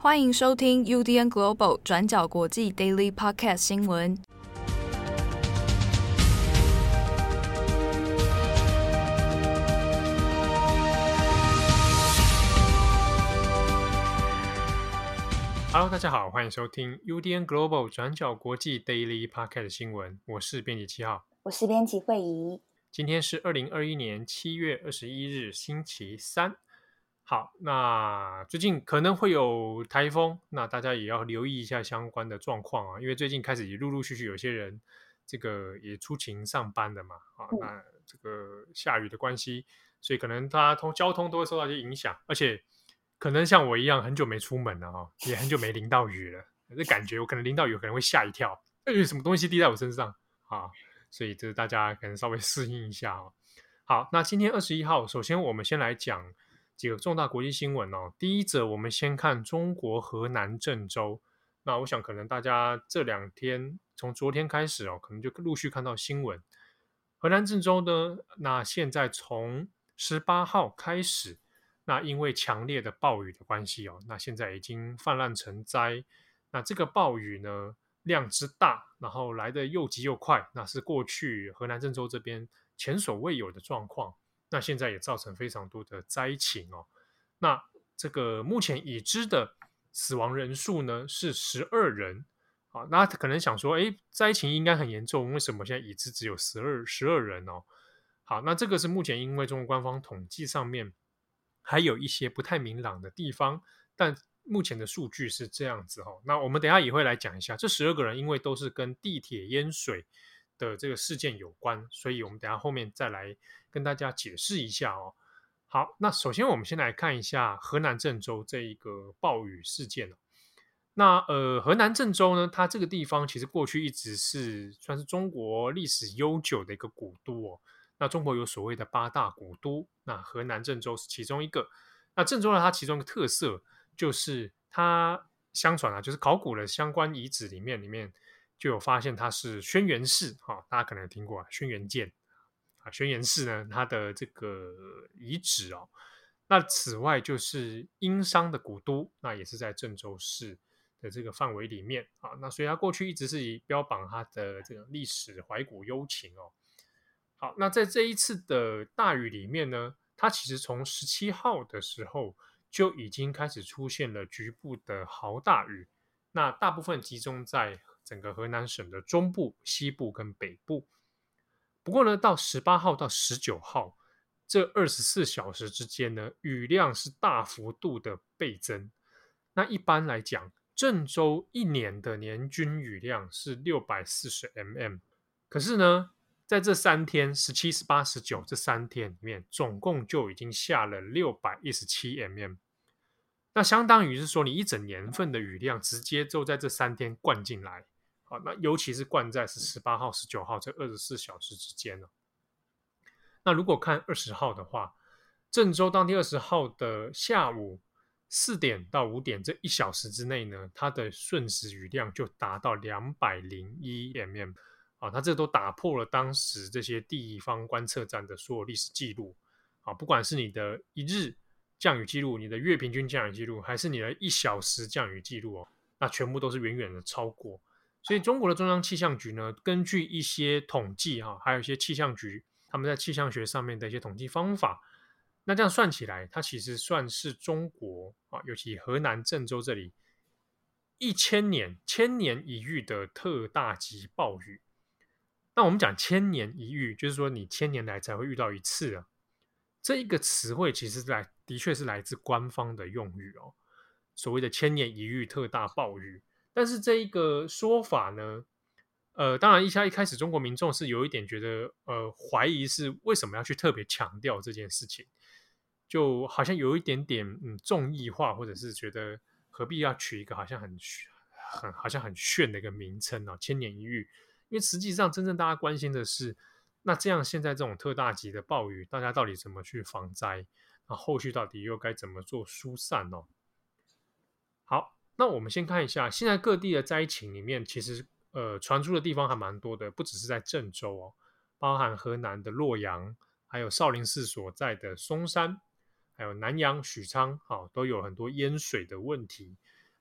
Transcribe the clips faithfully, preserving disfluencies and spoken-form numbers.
欢迎收听 U D N Global 转角国际 Daily Podcast 新闻。 Hello， 大家好，欢迎收听 U D N Global 转角国际 Daily Podcast 新闻，我是编辑七号， 我是编辑慧仪。 今天是二零二一年七月二十一日，星期三。好，那最近可能会有台风，那大家也要留意一下相关的状况啊，因为最近开始也陆陆续续有些人这个也出勤上班的嘛，啊， 嗯、 那这个下雨的关系，所以可能大家通交通都会受到一些影响，而且可能像我一样很久没出门了哦，也很久没淋到雨了，这感觉我可能淋到雨可能会吓一跳，哎，什么东西滴在我身上啊？所以这大家可能稍微适应一下哦。好，那今天二十一号，首先我们先来讲几个重大国际新闻哦。第一则，我们先看中国河南郑州。那我想可能大家这两天从昨天开始哦，可能就陆续看到新闻。河南郑州呢，那现在从十八号开始，那因为强烈的暴雨的关系哦，那现在已经泛滥成灾。那这个暴雨呢，量之大，然后来的又急又快，那是过去河南郑州这边前所未有的状况。那现在也造成非常多的灾情哦。那这个目前已知的死亡人数呢是十二人。好，那可能想说，哎，灾情应该很严重，为什么现在已知只有十二十二人哦？好，那这个是目前因为中国官方统计上面还有一些不太明朗的地方，但目前的数据是这样子哦。那我们等一下也会来讲一下，这十二个人因为都是跟地铁淹水的这个事件有关，所以我们等一下后面再来跟大家解释一下哦。好，那首先我们先来看一下河南郑州这一个暴雨事件哦。那呃，河南郑州呢，它这个地方其实过去一直是算是中国历史悠久的一个古都哦。那中国有所谓的八大古都，那河南郑州是其中一个。那郑州呢，它其中一个特色就是它相传啊，就是考古的相关遗址里面里面就有发现它是轩辕氏哈、哦，大家可能有听过啊，轩辕剑啊，轩辕氏呢，它的这个遗址哦。那此外就是殷商的古都，那也是在郑州市的这个范围里面啊。那所以它过去一直是以标榜它的这个历史怀古幽情哦。好，那在这一次的大雨里面呢，它其实从十七号的时候就已经开始出现了局部的豪大雨，那大部分集中在整个河南省的中部、西部跟北部。不过呢，到十八号到十九号这二十四小时之间呢，雨量是大幅度的倍增。那一般来讲，郑州一年的年均雨量是六百四十毫米，可是呢，在这三天十七、十八、十九这三天里面，总共就已经下了六百一十七毫米。那相当于是说，你一整年份的雨量直接就在这三天灌进来。好，那尤其是灌在是十八号、十九号这二十四小时之间了。那如果看二十号的话，郑州当天二十号的下午四点到五点这一小时之内呢，它的瞬时雨量就达到两百零一毫米。啊，它这都打破了当时这些地方观测站的所有历史记录。啊，不管是你的一日降雨记录、你的月平均降雨记录，还是你的一小时降雨记录哦，那全部都是远远的超过。所以中国的中央气象局呢，根据一些统计哈、啊，还有一些气象局他们在气象学上面的一些统计方法，那这样算起来，它其实算是中国啊，尤其河南郑州这里一千年千年一遇的特大级暴雨。那我们讲千年一遇，就是说你千年来才会遇到一次啊。这一个词汇其实来的确是来自官方的用语哦，所谓的千年一遇特大暴雨。但是这一个说法呢，呃，当然一下一开始中国民众是有一点觉得呃怀疑是为什么要去特别强调这件事情，就好像有一点点嗯众议化，或者是觉得何必要取一个好像很很好像很炫的一个名称哦，千年一遇。因为实际上真正大家关心的是，那这样现在这种特大级的暴雨，大家到底怎么去防灾？那后续到底又该怎么做疏散哦？好，那我们先看一下，现在各地的灾情里面，其实呃传出的地方还蛮多的，不只是在郑州哦，包含河南的洛阳，还有少林寺所在的嵩山，还有南阳、许昌，好、哦、都有很多淹水的问题。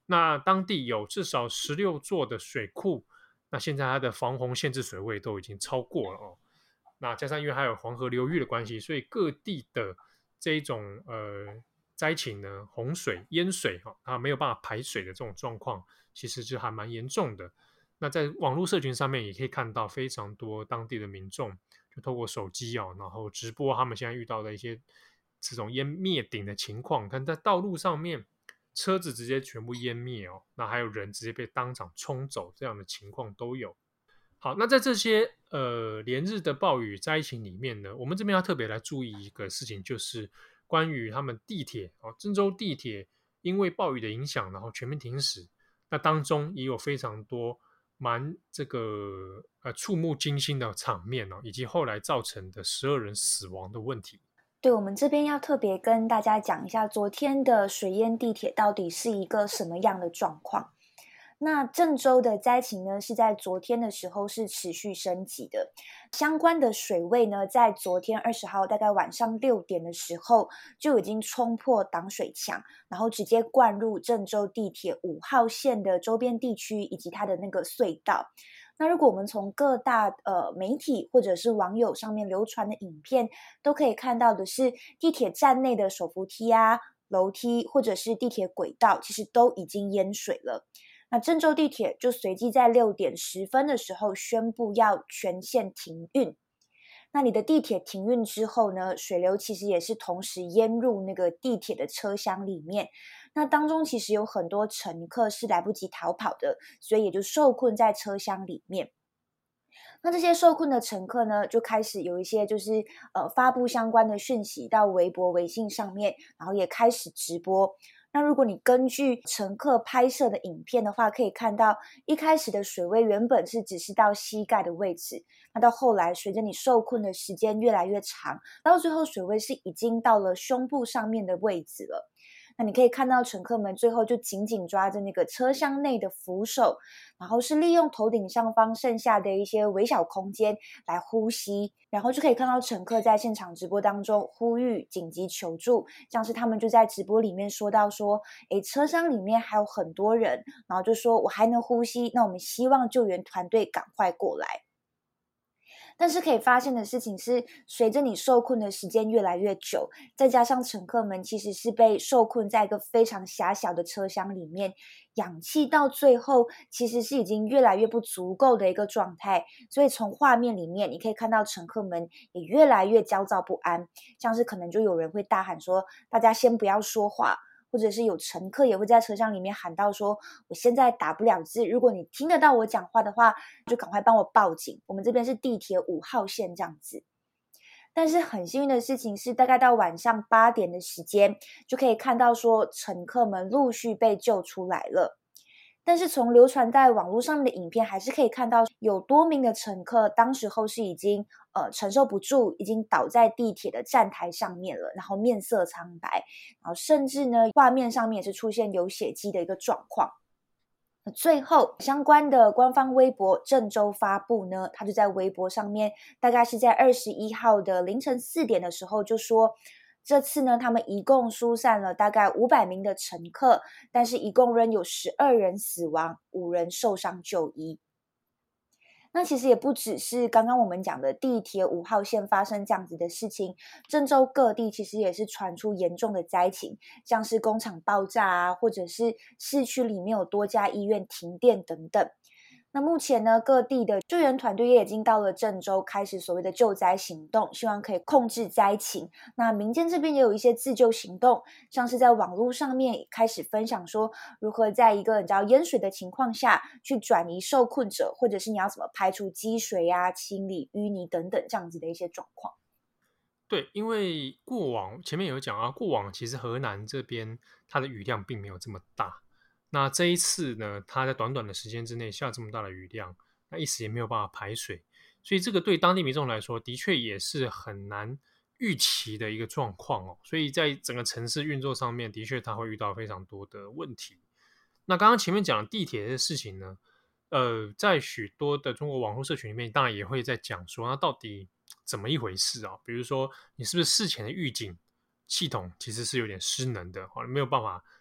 那当地有至少十六座的水库，那现在它的防洪限制水位都已经超过了哦。那加上因为还有黄河流域的关系，所以各地的这一种呃灾情呢，洪水、淹水哈、哦，它没有办法排水的这种状况，其实就还蛮严重的。那在网络社群上面也可以看到非常多当地的民众，就透过手机哦，然后直播他们现在遇到的一些这种淹灭顶的情况，看在道路上面车子直接全部淹灭哦，那还有人直接被当场冲走，这样的情况都有。好，那在这些呃连日的暴雨灾情里面呢，我们这边要特别来注意一个事情，就是关于他们地铁哦，郑州地铁因为暴雨的影响，然后全面停驶。那当中也有非常多蛮这个呃触目惊心的场面哦，以及后来造成的十二人死亡的问题。 对，我们这边要特别跟大家讲一下，昨天的水淹地铁到底是一个什么样的状况。那郑州的灾情呢，是在昨天的时候是持续升级的，相关的水位呢，在昨天二十号大概晚上六点的时候就已经冲破挡水墙，然后直接灌入郑州地铁五号线的周边地区以及它的那个隧道。那如果我们从各大呃媒体或者是网友上面流传的影片，都可以看到的是地铁站内的手扶梯啊、楼梯或者是地铁轨道，其实都已经淹水了。那郑州地铁就随即在六点十分的时候宣布要全线停运。那你的地铁停运之后呢，水流其实也是同时淹入那个地铁的车厢里面。那当中其实有很多乘客是来不及逃跑的，所以也就受困在车厢里面。那这些受困的乘客呢，就开始有一些就是呃发布相关的讯息到微博、微信上面，然后也开始直播。那如果你根据乘客拍摄的影片的话，可以看到一开始的水位原本是只是到膝盖的位置，那到后来随着你受困的时间越来越长，到最后水位是已经到了胸部上面的位置了。那你可以看到乘客们最后就紧紧抓着那个车厢内的扶手，然后是利用头顶上方剩下的一些微小空间来呼吸，然后就可以看到乘客在现场直播当中呼吁紧急求助，像是他们就在直播里面说到说，诶，车厢里面还有很多人，然后就说我还能呼吸，那我们希望救援团队赶快过来。但是可以发现的事情是，随着你受困的时间越来越久，再加上乘客们其实是被受困在一个非常狭小的车厢里面，氧气到最后其实是已经越来越不足够的一个状态，所以从画面里面你可以看到乘客们也越来越焦躁不安，像是可能就有人会大喊说，大家先不要说话，或者是有乘客也会在车厢里面喊到说，我现在打不了字，如果你听得到我讲话的话，就赶快帮我报警，我们这边是地铁五号线这样子。但是很幸运的事情是，大概到晚上八点的时间，就可以看到说乘客们陆续被救出来了。但是从流传在网络上面的影片还是可以看到，有多名的乘客当时候是已经呃承受不住，已经倒在地铁的站台上面了，然后面色苍白，然后甚至呢画面上面也是出现有血迹的一个状况。最后相关的官方微博郑州发布呢，他就在微博上面大概是在二十一号的凌晨四点的时候就说，这次呢他们一共疏散了大概五百名的乘客，但是一共仍有十二人死亡，五人受伤就医。那其实也不只是刚刚我们讲的地铁五号线发生这样子的事情，郑州各地其实也是传出严重的灾情，像是工厂爆炸啊，或者是市区里面有多家医院停电等等。那目前呢，各地的救援团队也已经到了郑州，开始所谓的救灾行动，希望可以控制灾情。那民间这边也有一些自救行动，像是在网络上面开始分享说，如何在一个你知道淹水的情况下去转移受困者，或者是你要怎么排除积水啊、清理淤泥等等这样子的一些状况。 对，因为过往前面有讲啊，过往其实河南这边它的雨量并没有这么大。那这一次呢，它在短短的时间之内下这么大的雨量，那一时也没有办法排水，所以这个对当地民众来说，的确也是很难预期的一个状况哦。所以在整个城市运作上面，的确它会遇到非常多的问题。那刚刚前面讲地铁的事情呢，呃，在许多的中国网络社群里面，当然也会在讲说，那到底怎么一回事啊？比如说，你是不是事前的预警系统其实是有点失能的，哦，没有办法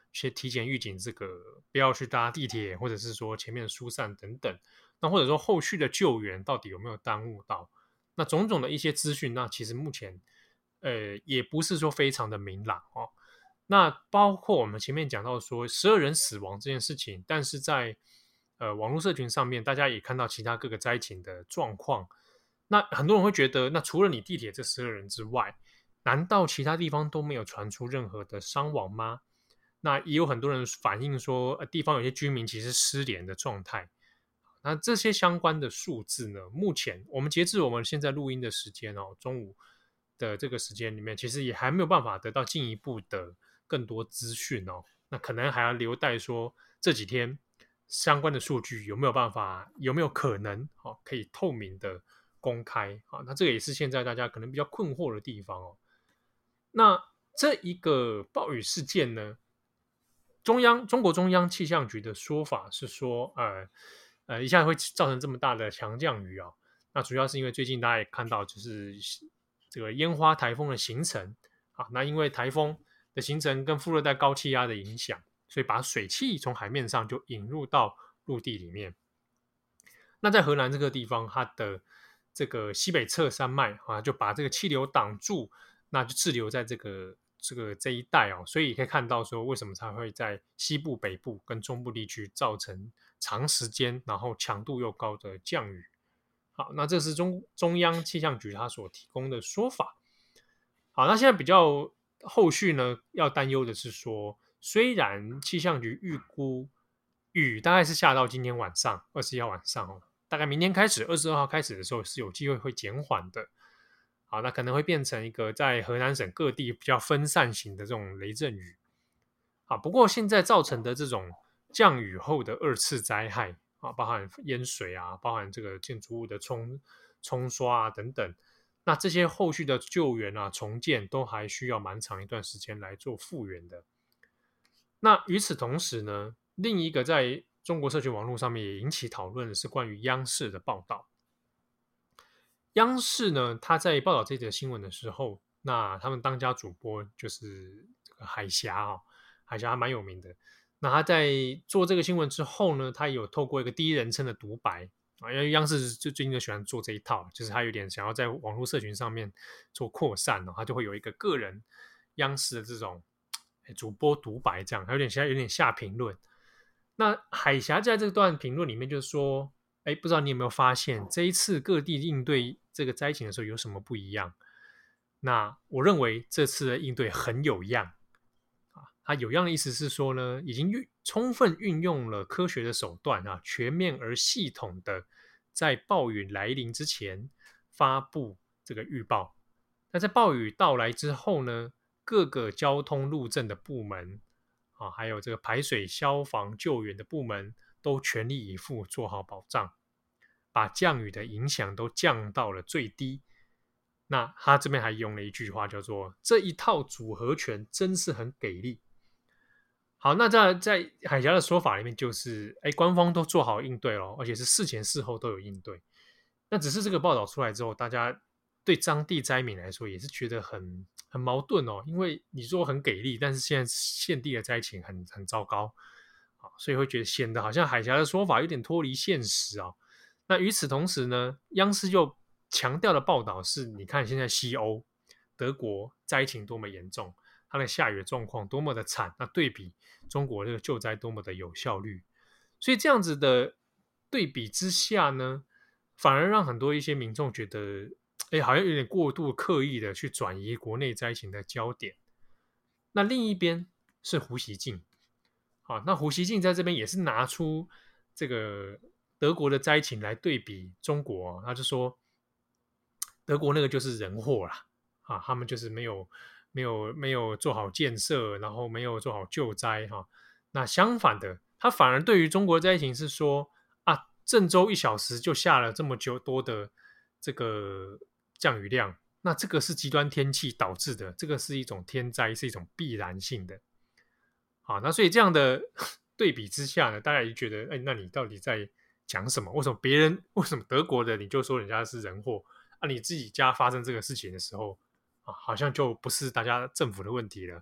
先提前预警这个不要去搭地铁，或者是说前面疏散等等。那或者说后续的救援到底有没有耽误到？那种种的一些资讯，那其实目前呃也不是说非常的明朗哦。那包括我们前面讲到说十二人死亡这件事情，但是在呃网络社群上面，大家也看到其他各个灾情的状况。那很多人会觉得，那除了你地铁这十二人之外，难道其他地方都没有传出任何的伤亡吗？那也有很多人反映说，呃，地方有些居民其实失联的状态。那这些相关的数字呢，目前我们截至我们现在录音的时间哦，中午的这个时间里面，其实也还没有办法得到进一步的更多资讯哦。那可能还要留待说这几天相关的数据有没有办法，有没有可能哦，可以透明的公开啊？那这个也是现在大家可能比较困惑的地方哦。那这一个暴雨事件呢，中央中国中央气象局的说法是说，呃呃，一下会造成这么大的强降雨啊。那主要是因为最近大家也看到，就是这个烟花台风的形成啊。那因为台风的形成跟副热带高气压的影响，所以把水汽从海面上就引入到陆地里面。那在河南这个地方，它的这个西北侧山脉啊，就把这个气流挡住，那就滞留在这个这个这一带哦，所以可以看到说，为什么才会在西部、北部跟中部地区造成长时间然后强度又高的降雨。好，那这是中中央气象局它所提供的说法。好，那现在比较后续呢，要担忧的是说，虽然气象局预估雨大概是下到今天晚上二十一号晚上哦，大概明天开始二十二号开始的时候是有机会会减缓的。好，那可能会变成一个在河南省各地比较分散型的这种雷阵雨。好，不过现在造成的这种降雨后的二次灾害啊，包含淹水啊，包含这个建筑物的冲冲刷啊等等，那这些后续的救援啊、重建都还需要蛮长一段时间来做复原的。那与此同时呢，另一个在中国社群网络上面也引起讨论的是关于央视的报道。央视呢，他在报道这则新闻的时候，那他们当家主播就是这个海峡哦，海峡还蛮有名的。那他在做这个新闻之后呢，他有透过一个第一人称的独白啊，因为央视就最近就喜欢做这一套，就是他有点想要在网络社群上面做扩散哦，他就会有一个个人央视的这种主播独白，这样有点像有点下评论。那海峡在这段评论里面就说，哎，不知道你有没有发现，这一次各地应对这个灾情的时候有什么不一样？那我认为这次的应对很有样啊。它有样的意思是说呢，已经运充分运用了科学的手段啊，全面而系统的在暴雨来临之前发布这个预报。那在暴雨到来之后呢，各个交通路政的部门啊，还有这个排水、消防、救援的部门都全力以赴做好保障，把降雨的影响都降到了最低。那他这边还用了一句话叫做这一套组合拳真是很给力。好，那在在海峡的说法里面就是哎，官方都做好应对了，而且是事前事后都有应对。那只是这个报道出来之后，大家对当地灾民来说也是觉得很很矛盾哦，因为你说很给力，但是现在现地的灾情很很糟糕，所以会觉得显得好像海峡的说法有点脱离现实哦。那与此同时呢，央视又强调的报道是，你看现在西欧德国灾情多么严重，它的下雨状况多么的惨，那对比中国这个救灾多么的有效率，所以这样子的对比之下呢，反而让很多一些民众觉得，哎，好像有点过度刻意的去转移国内灾情的焦点。那另一边是胡锡进，好，那胡锡进在这边也是拿出这个德国的灾情来对比中国，他就说德国那个就是人祸啦，啊，他们就是没有没有没有做好建设，然后没有做好救灾哈。那相反的，他反而对于中国灾情是说啊，郑州一小时就下了这么久多的这个降雨量，那这个是极端天气导致的，这个是一种天灾，是一种必然性的。好，那所以这样的对比之下呢，大家也觉得，哎，那你到底在讲什么？为什么别人为什么德国的你就说人家是人祸啊？你自己家发生这个事情的时候啊，好像就不是大家政府的问题了啊，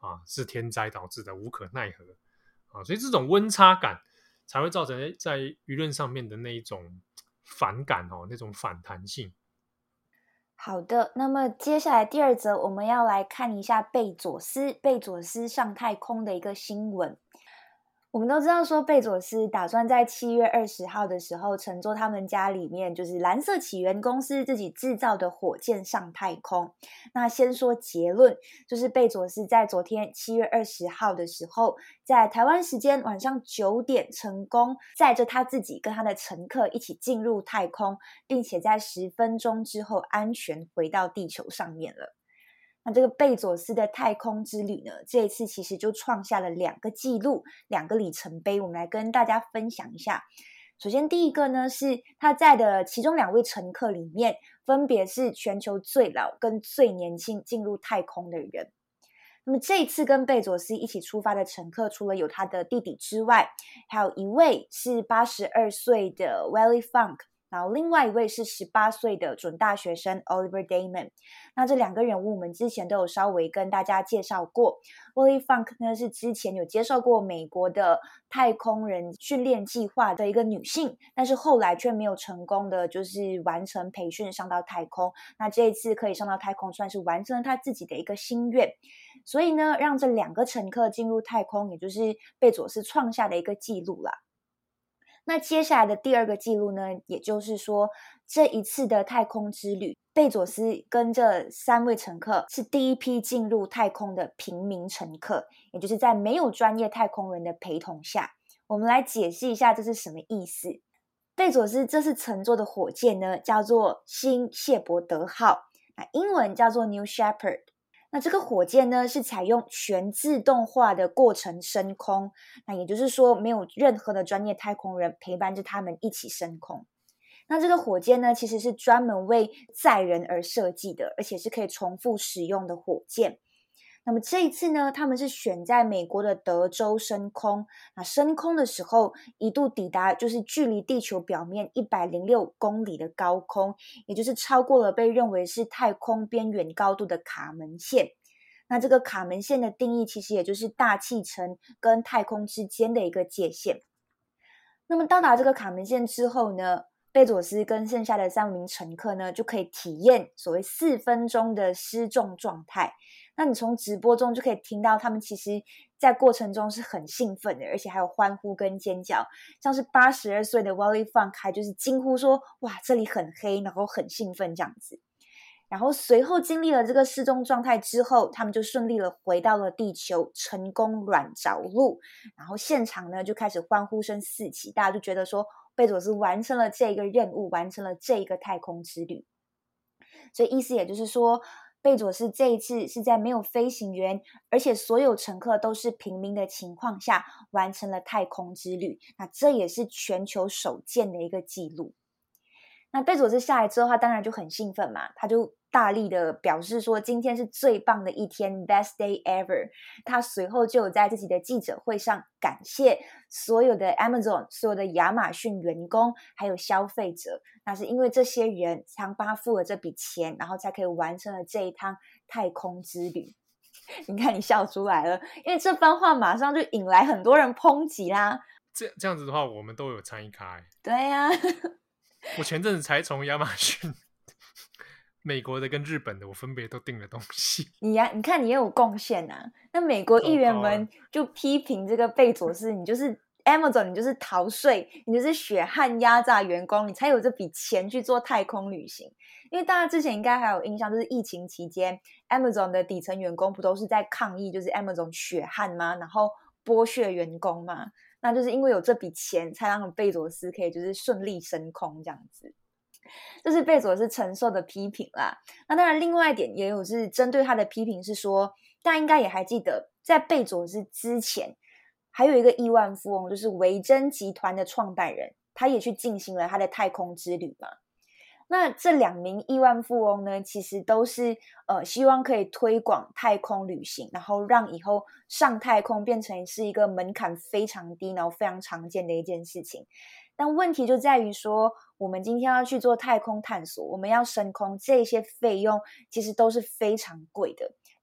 啊是天灾导致的，无可奈何啊，所以这种温差感才会造成在舆论上面的那一种反感哦，那种反弹性。 好的，那么接下来第二则我们要来看一下贝佐斯贝佐斯上太空的一个新闻。我们都知道说贝佐斯打算在七月二十号的时候乘坐他们家里面就是蓝色起源公司自己制造的火箭上太空。那先说结论，就是贝佐斯在昨天七月二十号的时候，在台湾时间晚上九点成功载着他自己跟他的乘客一起进入太空，并且在十分钟之后安全回到地球上面了。那这个贝佐斯的太空之旅呢，这一次其实就创下了两个纪录，两个里程碑，我们来跟大家分享一下。首先第一个呢，是他载的其中两位乘客里面，分别是全球最老跟最年轻进入太空的人。那么这一次跟贝佐斯一起出发的乘客，除了有他的弟弟之外，还有一位是八十二岁的 Willie Funk，然后另外一位是十八岁的准大学生 Oliver Damon。 那这两个人物我们之前都有稍微跟大家介绍过。 Willie Funk 呢是之前有接受过美国的太空人训练计划的一个女性，但是后来却没有成功的就是完成培训上到太空。那这一次可以上到太空，算是完成了他自己的一个心愿，所以呢让这两个乘客进入太空，也就是贝佐斯创下的一个纪录啦。那接下来的第二个记录呢，也就是说这一次的太空之旅，贝佐斯跟这三位乘客是第一批进入太空的平民乘客，也就是在没有专业太空人的陪同下。我们来解释一下这是什么意思。贝佐斯这次乘坐的火箭呢，叫做新谢伯德号，那英文叫做 New Shepard。那这个火箭呢是采用全自动化的过程升空，那也就是说没有任何的专业太空人陪伴着他们一起升空。那这个火箭呢其实是专门为载人而设计的，而且是可以重复使用的火箭。那么这一次呢，他们是选在美国的德州升空，那升空的时候一度抵达就是距离地球表面一百零六公里的高空，也就是超过了被认为是太空边缘高度的卡门线。那这个卡门线的定义其实也就是大气层跟太空之间的一个界限。那么到达这个卡门线之后呢，贝佐斯跟剩下的三名乘客呢就可以体验所谓四分钟的失重状态。那你从直播中就可以听到他们其实在过程中是很兴奋的，而且还有欢呼跟尖叫，像是八十二岁的 Willie Funk 还就是惊呼说哇这里很黑，然后很兴奋这样子。然后随后经历了这个失重状态之后，他们就顺利的回到了地球，成功软着陆。然后现场呢就开始欢呼声四起，大家就觉得说贝佐斯完成了这个任务，完成了这个太空之旅。所以意思也就是说，贝佐斯这一次是在没有飞行员，而且所有乘客都是平民的情况下完成了太空之旅，那这也是全球首见的一个记录。那贝佐斯下来之后，他当然就很兴奋嘛，他就大力的表示说今天是最棒的一天 Best day ever。 他随后就有在自己的记者会上感谢所有的 Amazon 所有的亚马逊员工还有消费者，那是因为这些人才帮他付了这笔钱，然后才可以完成了这一趟太空之旅。你看你笑出来了，因为这番话马上就引来很多人抨击啦。 这这样子的话我们都有参与咖、欸、 对呀、啊我前阵子才从亚马逊美国的跟日本的我分别都订了东西。 你呀、啊，你看你也有贡献啊。那美国议员们就批评这个贝佐斯，你就是 Amazon， 你就是逃税，你就是血汗压榨员工，你才有这笔钱去做太空旅行。因为大家之前应该还有印象，就是疫情期间 Amazon 的底层员工不都是在抗议就是 Amazon 血汗吗？然后剥削员工嘛，那就是因为有这笔钱才让贝佐斯可以就是顺利升空这样子。这是贝佐斯承受的批评啦。那当然另外一点也有是针对他的批评，是说大家应该也还记得在贝佐斯之前还有一个亿万富翁，就是维珍集团的创办人，他也去进行了他的太空之旅嘛。那这两名亿万富翁呢，其实都是呃希望可以推广太空旅行，然后让以后上太空变成是一个门槛非常低，然后非常常见的一件事情。但问题就在于说，我们今天要去做太空探索，我们要升空，这些费用其实都是非常贵的。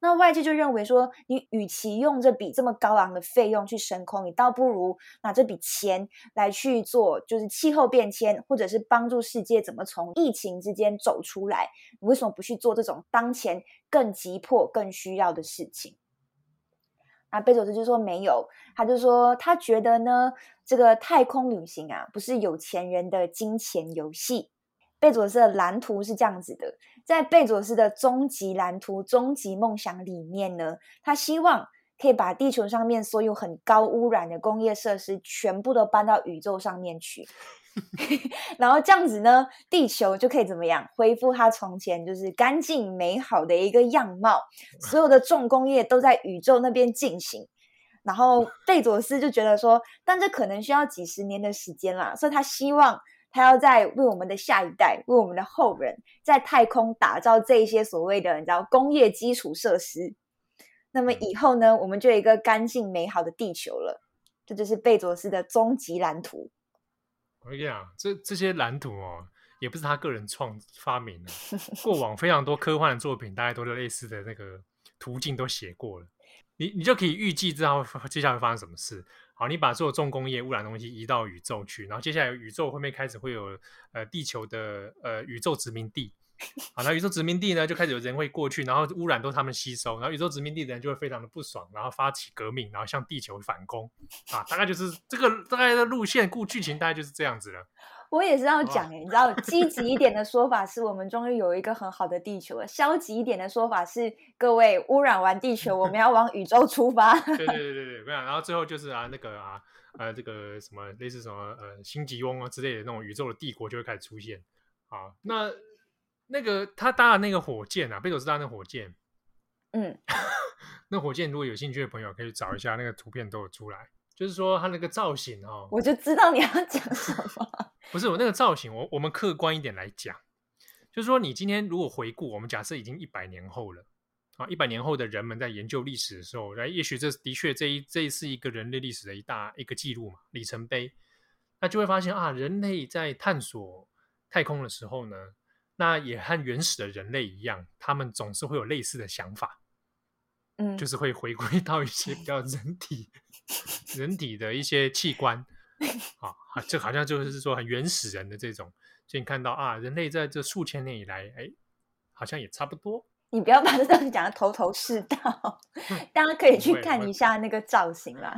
那外界就认为说，你与其用这笔这么高昂的费用去升空，你倒不如拿这笔钱来去做就是气候变迁，或者是帮助世界怎么从疫情之间走出来，你为什么不去做这种当前更急迫更需要的事情？那贝佐斯就说没有，他就说他觉得呢，这个太空旅行啊，不是有钱人的金钱游戏。贝佐斯的蓝图是这样子的，在贝佐斯的终极蓝图、终极梦想里面呢，他希望可以把地球上面所有很高污染的工业设施全部都搬到宇宙上面去。然后这样子呢，地球就可以怎么样恢复它从前就是干净美好的一个样貌，所有的重工业都在宇宙那边进行。然后贝佐斯就觉得说，但这可能需要几十年的时间啦，所以他希望他要在为我们的下一代，为我们的后人，在太空打造这一些所谓的你知道工业基础设施。那么以后呢，我们就有一个干净美好的地球了。这就是贝佐斯的终极蓝图。 我跟你讲，这这些蓝图哦，也不是他个人创发明的，过往非常多科幻的作品，大概都是类似的那个途径都写过了。你你就可以预计知道接下来会发生什么事。好，你把所有重工业污染的东西移到宇宙去，然后接下来宇宙会不会开始会有呃地球的呃宇宙殖民地？好，那宇宙殖民地呢，就开始有人会过去，然后污染都他们吸收，然后宇宙殖民地的人就会非常的不爽，然后发起革命，然后向地球反攻啊，大概就是这个大概的路线，故剧情大概就是这样子了。 我也是要讲诶，你知道，积极一点的说法是我们终于有一个很好的地球了，消极一点的说法是各位污染完地球，我们要往宇宙出发。 对对对对对，然后最后就是啊那个啊呃这个什么类似什么呃星际翁啊之类的那种宇宙的帝国就会开始出现啊，那。那个他搭的那个火箭啊，贝佐斯搭那个火箭， 嗯， 那火箭如果有兴趣的朋友可以找一下，那个图片都有出来。就是说它那个造型哦， 我就知道你要讲什么。 不是我那个造型，我我们客观一点来讲，就是说你今天如果回顾，我们假设已经一百年后了啊，一百年后的人们在研究历史的时候，也许这的确这一这是一个人类历史的一大一个记录嘛，里程碑。那就会发现啊，人类在探索太空的时候呢。那也和原始的人类一样，他们总是会有类似的想法， 嗯， 就是会回归到一些比较人体、人体的一些器官啊，这好像就是说很原始人的这种。所以你看到啊，人类在这数千年以来，哎，好像也差不多。 你不要把这东西讲得头头是道，大家可以去看一下那个造型啦。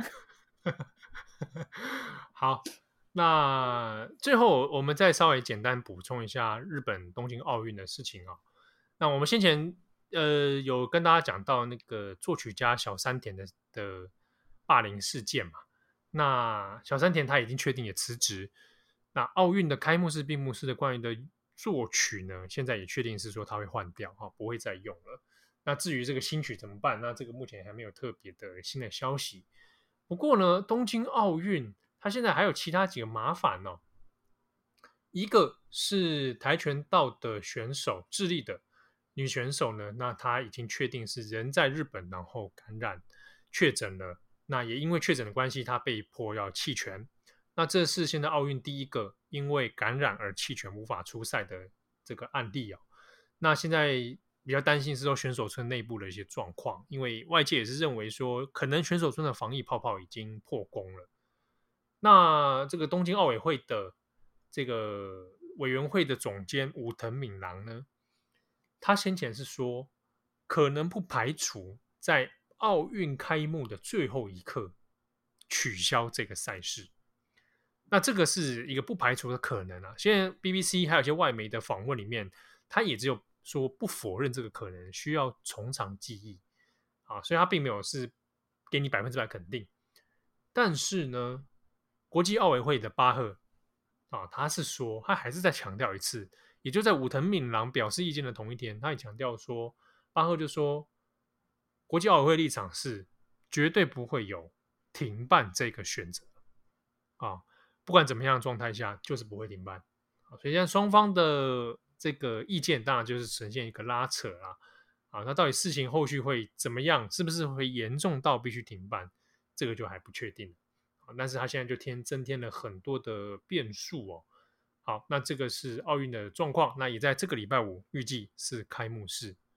好。那最后我们再稍微简单补充一下日本东京奥运的事情啊。那我们先前呃有跟大家讲到那个作曲家小山田的的霸凌事件嘛。那小山田他已经确定也辞职。那奥运的开幕式、闭幕式的关于的作曲呢，现在也确定是说他会换掉哈，不会再用了。那至于这个新曲怎么办？那这个目前还没有特别的新的消息。不过呢，东京奥运他现在还有其他几个麻烦哦。一个是跆拳道的选手，智利的女选手呢，那她已经确定是人在日本，然后感染确诊了。那也因为确诊的关系，她被迫要弃权。那这是现在奥运第一个因为感染而弃权无法出赛的这个案例哦。那现在比较担心是说选手村内部的一些状况，因为外界也是认为说，可能选手村的防疫泡泡已经破功了。那这个东京奥委会的这个委员会的总监武藤敏郎呢，他先前是说，可能不排除在奥运开幕的最后一刻取消这个赛事。那这个是一个不排除的可能啊。现在 B B C 还有一些外媒的访问里面，他也只有说不否认这个可能，需要从长计议啊，所以他并没有是给你百分之百肯定。但是呢，国际奥委会的巴赫啊，他是说，他还是再强调一次，也就在武藤敏郎表示意见的同一天，他也强调说，巴赫就说，国际奥委会立场是绝对不会有停办这个选择啊，不管怎么样的状态下，就是不会停办。所以现在双方的这个意见，当然就是呈现一个拉扯啦。啊，那到底事情后续会怎么样？是不是会严重到必须停办？这个就还不确定。但是他现在就添增添了很多的变数哦。好，那这个是奥运的状况，那也在这个礼拜五预计是开幕式。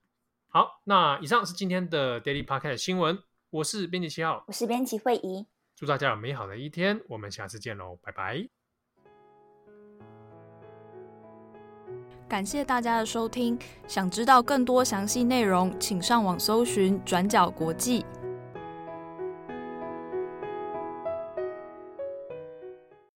好，那以上是今天的 Daily Podcast 新闻，我是编辑七号， 我是编辑慧仪， 祝大家有美好的一天，我们下次见喽，拜拜。 感谢大家的收听，想知道更多详细内容，请上网搜寻转角国际。